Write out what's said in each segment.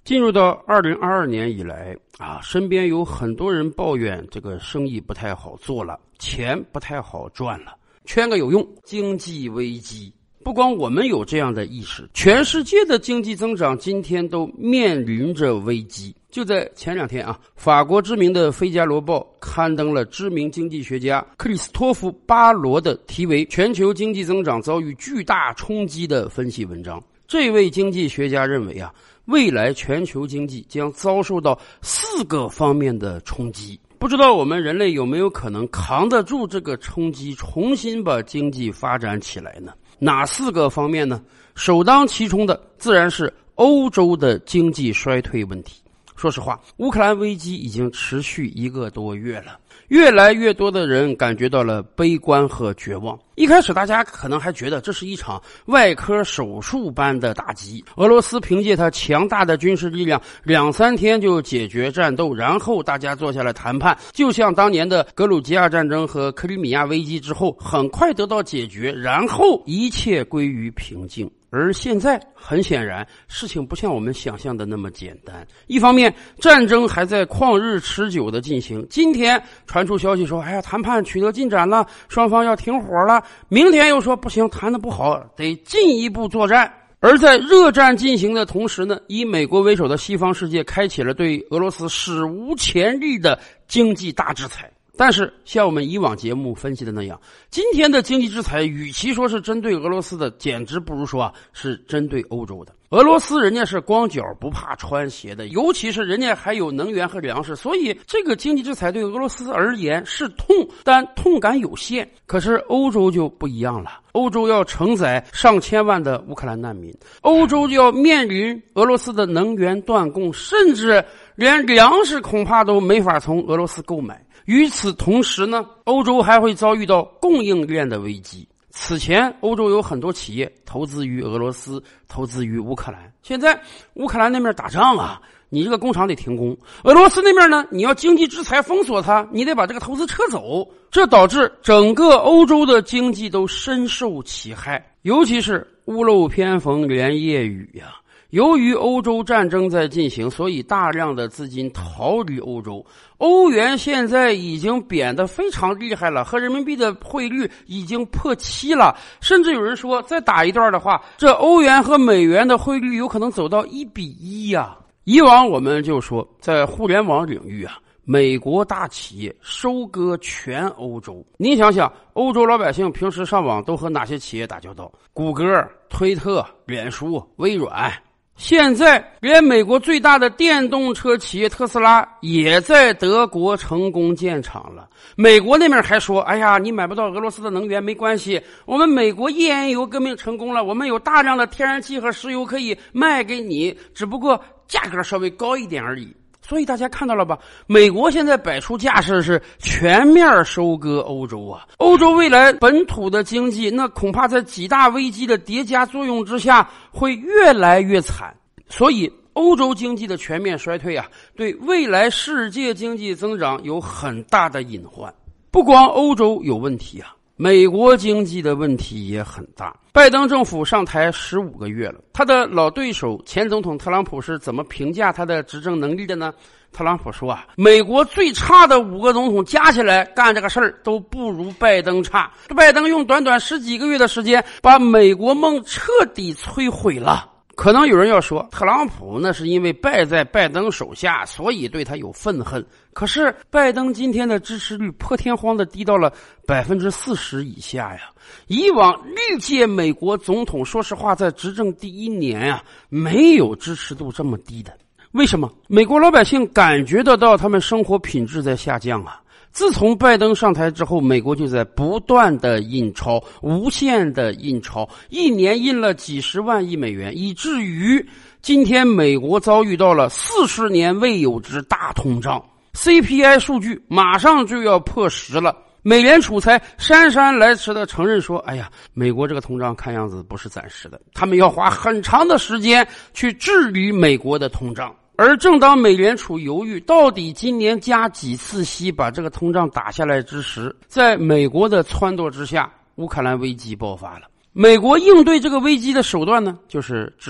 进入到2022年以来身边有很多人抱怨这个生意不太好做了，钱不太好赚了。圈个有用，经济危机。不光我们有这样的意识，全世界的经济增长今天都面临着危机。就在前2天法国知名的《费加罗报》刊登了知名经济学家克里斯托弗·巴罗的题为《全球经济增长遭遇巨大冲击》的分析文章。这位经济学家认为未来全球经济将遭受到4个方面的冲击。不知道我们人类有没有可能扛得住这个冲击，重新把经济发展起来呢？哪4个方面呢？首当其冲的自然是欧洲的经济衰退问题。说实话，乌克兰危机已经持续1个多月了，越来越多的人感觉到了悲观和绝望。一开始大家可能还觉得这是一场外科手术般的打击，俄罗斯凭借它强大的军事力量2-3天就解决战斗，然后大家坐下来谈判，就像当年的格鲁吉亚战争和克里米亚危机之后很快得到解决，然后一切归于平静。而现在很显然事情不像我们想象的那么简单。一方面战争还在旷日持久的进行，今天传出消息说谈判取得进展了，双方要停火了，明天又说不行，谈得不好，得进一步作战。而在热战进行的同时呢，以美国为首的西方世界开启了对俄罗斯史无前例的经济大制裁。但是像我们以往节目分析的那样，今天的经济制裁与其说是针对俄罗斯的，简直不如说是针对欧洲的。俄罗斯人家是光脚不怕穿鞋的，尤其是人家还有能源和粮食，所以这个经济制裁对俄罗斯而言是痛，但痛感有限。可是欧洲就不一样了，欧洲要承载上千万的乌克兰难民，欧洲就要面临俄罗斯的能源断供，甚至连粮食恐怕都没法从俄罗斯购买。与此同时呢，欧洲还会遭遇到供应链的危机。此前欧洲有很多企业投资于俄罗斯，投资于乌克兰，现在乌克兰那边打仗你这个工厂得停工，俄罗斯那边呢，你要经济制裁封锁它，你得把这个投资撤走，这导致整个欧洲的经济都深受其害。尤其是屋漏偏逢连夜雨由于欧洲战争在进行，所以大量的资金逃离欧洲。欧元现在已经贬得非常厉害了，和人民币的汇率已经破7了，甚至有人说再打一段的话，这欧元和美元的汇率有可能走到1:1以往我们就说，在互联网领域美国大企业收割全欧洲。您想想，欧洲老百姓平时上网都和哪些企业打交道？谷歌、推特、脸书、微软。现在连美国最大的电动车企业特斯拉也在德国成功建厂了。美国那边还说你买不到俄罗斯的能源没关系，我们美国页岩油革命成功了，我们有大量的天然气和石油可以卖给你，只不过价格稍微高一点而已。所以大家看到了吧，美国现在摆出架势是全面收割欧洲欧洲未来本土的经济那恐怕在几大危机的叠加作用之下会越来越惨。所以欧洲经济的全面衰退对未来世界经济增长有很大的隐患。不光欧洲有问题美国经济的问题也很大。拜登政府上台15个月了，他的老对手前总统特朗普是怎么评价他的执政能力的呢？特朗普说美国最差的5个总统加起来干这个事儿都不如拜登差。拜登用短短10几个月的时间把美国梦彻底摧毁了。可能有人要说，特朗普那是因为败在拜登手下，所以对他有愤恨。可是拜登今天的支持率破天荒的低到了40%以下以往历届美国总统说实话在执政第1年没有支持度这么低的。为什么？美国老百姓感觉得到他们生活品质在下降自从拜登上台之后，美国就在不断的印钞，无限的印钞，一年印了几十万亿美元，以至于今天美国遭遇到了40年未有之大通胀。 CPI 数据马上就要破10了，美联储才姗姗来迟的承认说，美国这个通胀看样子不是暂时的，他们要花很长的时间去治理美国的通胀。而正当美联储犹豫到底今年加几次息把这个通胀打下来之时，在美国的撺掇之下，乌克兰危机爆发了。美国应对这个危机的手段呢，就是制裁。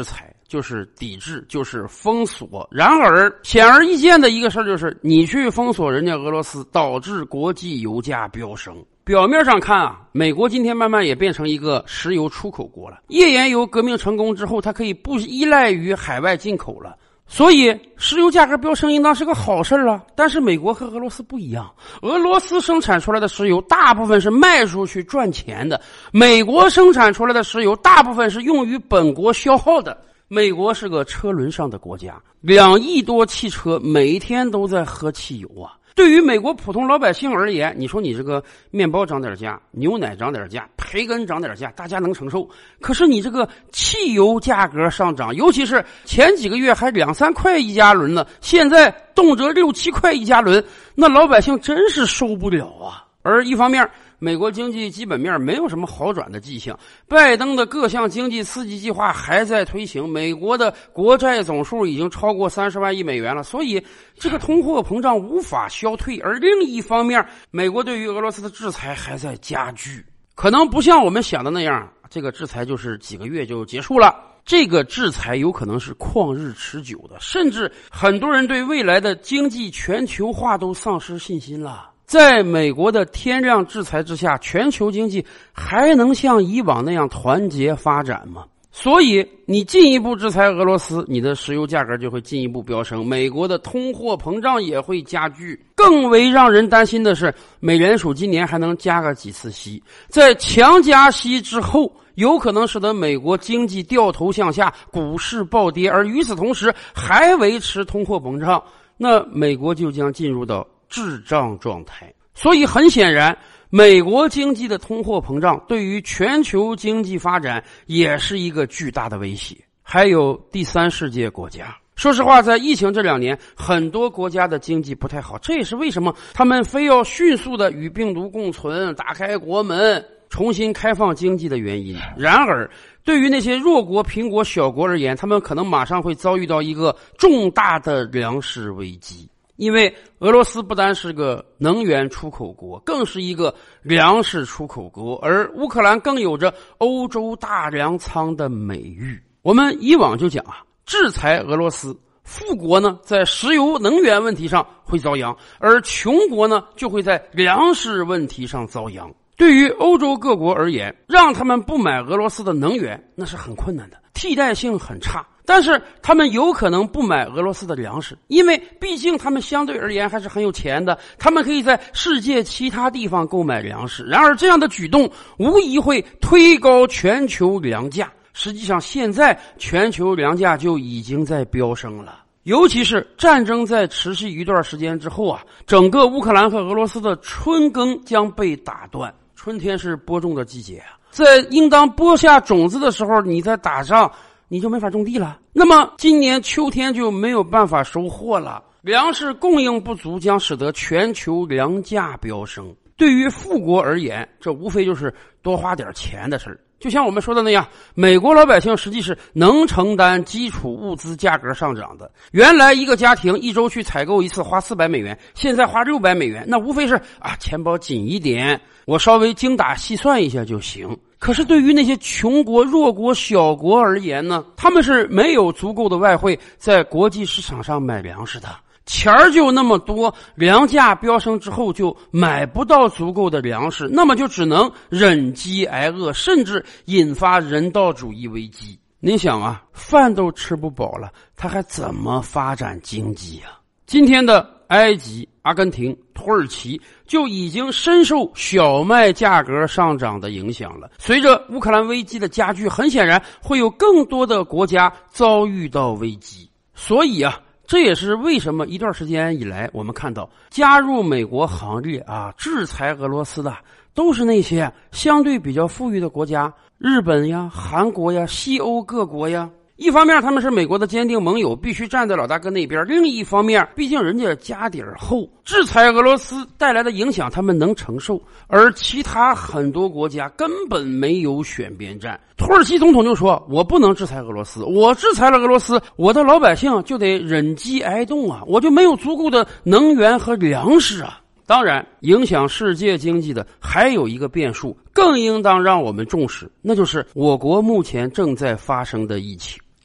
就是抵制，就是封锁。然而显而易见的一个事就是你去封锁人家俄罗斯，导致国际油价飙升。表面上看啊，美国今天慢慢也变成一个石油出口国了。页岩油革命成功之后，它可以不依赖于海外进口了，所以石油价格飙升应当是个好事啊。但是美国和俄罗斯不一样，俄罗斯生产出来的石油大部分是卖出去赚钱的，美国生产出来的石油大部分是用于本国消耗的。美国是个车轮上的国家，2亿多汽车每天都在喝汽油啊。对于美国普通老百姓而言，你说你这个面包涨点价，牛奶涨点价，培根涨点价，大家能承受。可是你这个汽油价格上涨，尤其是前几个月还2-3块一加仑呢，现在动辄6-7块一加仑，那老百姓真是受不了啊。而一方面，美国经济基本面没有什么好转的迹象，拜登的各项经济刺激计划还在推行，美国的国债总数已经超过30万亿美元了，所以这个通货膨胀无法消退。而另一方面，美国对于俄罗斯的制裁还在加剧，可能不像我们想的那样，这个制裁就是几个月就结束了。这个制裁有可能是旷日持久的，甚至很多人对未来的经济全球化都丧失信心了。在美国的天量制裁之下，全球经济还能像以往那样团结发展吗？所以你进一步制裁俄罗斯，你的石油价格就会进一步飙升，美国的通货膨胀也会加剧。更为让人担心的是，美联储今年还能加个几次息，在强加息之后，有可能使得美国经济掉头向下，股市暴跌，而与此同时还维持通货膨胀，那美国就将进入到滞胀状态。所以很显然，美国经济的通货膨胀对于全球经济发展也是一个巨大的威胁。还有第三世界国家，说实话，在疫情这2年，很多国家的经济不太好，这也是为什么他们非要迅速的与病毒共存，打开国门，重新开放经济的原因。然而对于那些弱国、贫国、小国而言，他们可能马上会遭遇到一个重大的粮食危机。因为俄罗斯不单是个能源出口国，更是一个粮食出口国，而乌克兰更有着欧洲大粮仓的美誉。我们以往就讲啊，制裁俄罗斯，富国呢在石油能源问题上会遭殃，而穷国呢就会在粮食问题上遭殃。对于欧洲各国而言，让他们不买俄罗斯的能源那是很困难的，替代性很差，但是他们有可能不买俄罗斯的粮食，因为毕竟他们相对而言还是很有钱的，他们可以在世界其他地方购买粮食。然而这样的举动无疑会推高全球粮价，实际上现在全球粮价就已经在飙升了。尤其是战争在持续一段时间之后啊，整个乌克兰和俄罗斯的春耕将被打断。春天是播种的季节啊，在应当播下种子的时候，你在打仗，你就没法种地了。那么今年秋天就没有办法收获了，粮食供应不足将使得全球粮价飙升。对于富国而言，这无非就是多花点钱的事儿。就像我们说的那样，美国老百姓实际是能承担基础物资价格上涨的。原来一个家庭一周去采购一次花$400，现在花$600，那无非是钱包紧一点，我稍微精打细算一下就行。可是对于那些穷国、弱国、小国而言呢，他们是没有足够的外汇在国际市场上买粮食的。钱儿就那么多，粮价飙升之后就买不到足够的粮食，那么就只能忍饥挨饿，甚至引发人道主义危机。您想啊，饭都吃不饱了，他还怎么发展经济啊？今天的埃及、阿根廷、土耳其就已经深受小麦价格上涨的影响了。随着乌克兰危机的加剧，很显然会有更多的国家遭遇到危机。所以啊，这也是为什么一段时间以来，我们看到加入美国行列制裁俄罗斯的都是那些相对比较富裕的国家，日本呀、韩国呀、西欧各国呀。一方面他们是美国的坚定盟友，必须站在老大哥那边，另一方面毕竟人家家底儿厚，制裁俄罗斯带来的影响他们能承受，而其他很多国家根本没有选边站。土耳其总统就说，我不能制裁俄罗斯，我制裁了俄罗斯，我的老百姓就得忍饥挨冻啊，我就没有足够的能源和粮食啊。当然，影响世界经济的还有一个变数，更应当让我们重视，那就是我国目前正在发生的疫情。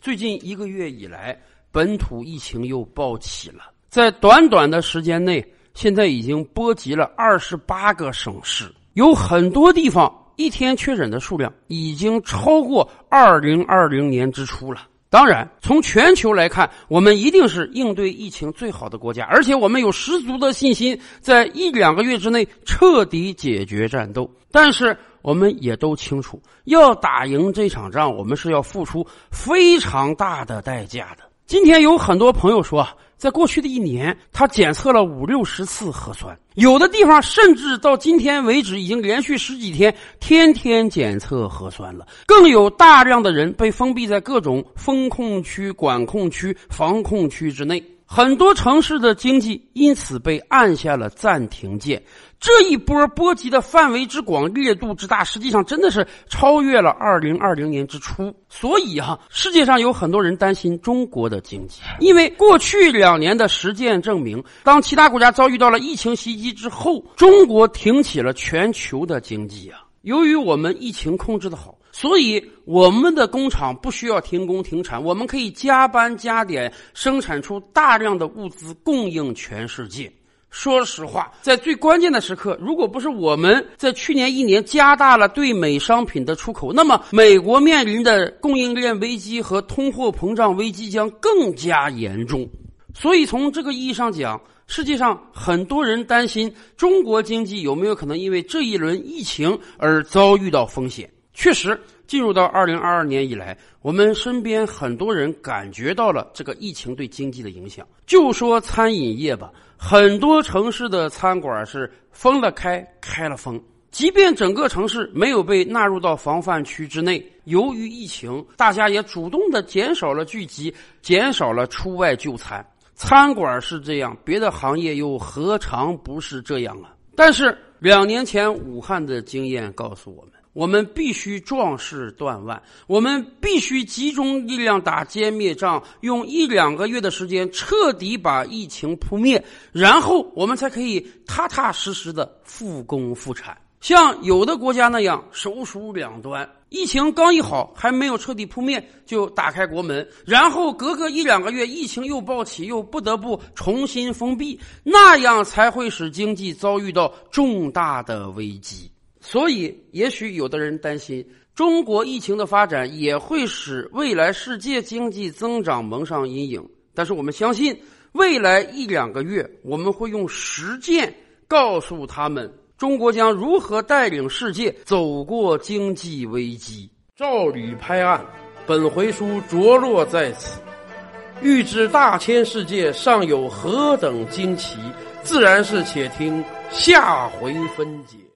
最近1个月以来，本土疫情又暴起了，在短短的时间内，现在已经波及了28个省市，有很多地方一天确诊的数量已经超过2020年之初了。当然，从全球来看，我们一定是应对疫情最好的国家，而且我们有十足的信心，在1-2个月之内彻底解决战斗。但是我们也都清楚，要打赢这场仗，我们是要付出非常大的代价的。今天有很多朋友说，在过去的1年，他检测了50-60次核酸，有的地方甚至到今天为止已经连续10几天天天检测核酸了，更有大量的人被封闭在各种封控区、管控区、防控区之内，很多城市的经济因此被按下了暂停键。这一波波及的范围之广、烈度之大，实际上真的是超越了2020年之初。所以世界上有很多人担心中国的经济，因为过去2年的实践证明，当其他国家遭遇到了疫情袭击之后，中国挺起了全球的经济啊。由于我们疫情控制得好，所以我们的工厂不需要停工停产，我们可以加班加点生产出大量的物资供应全世界。说实话，在最关键的时刻，如果不是我们在去年1年加大了对美商品的出口，那么美国面临的供应链危机和通货膨胀危机将更加严重。所以从这个意义上讲，世界上很多人担心中国经济有没有可能因为这一轮疫情而遭遇到风险。确实，进入到2022年以来，我们身边很多人感觉到了这个疫情对经济的影响。就说餐饮业吧，很多城市的餐馆是封了开，开了封。即便整个城市没有被纳入到防范区之内，由于疫情，大家也主动的减少了聚集，减少了出外就餐。餐馆是这样，别的行业又何尝不是这样啊？但是2年前武汉的经验告诉我们，我们必须壮士断腕，我们必须集中力量打歼灭仗，用1-2个月的时间彻底把疫情扑灭，然后我们才可以踏踏实实的复工复产。像有的国家那样手鼠两端，疫情刚一好，还没有彻底扑灭就打开国门，然后隔个1-2个月疫情又暴起，又不得不重新封闭，那样才会使经济遭遇到重大的危机。所以也许有的人担心，中国疫情的发展也会使未来世界经济增长蒙上阴影。但是我们相信，未来1-2个月，我们会用实践告诉他们，中国将如何带领世界走过经济危机。照吕拍案，本回书着落在此。欲知大千世界尚有何等惊奇，自然是且听下回分解。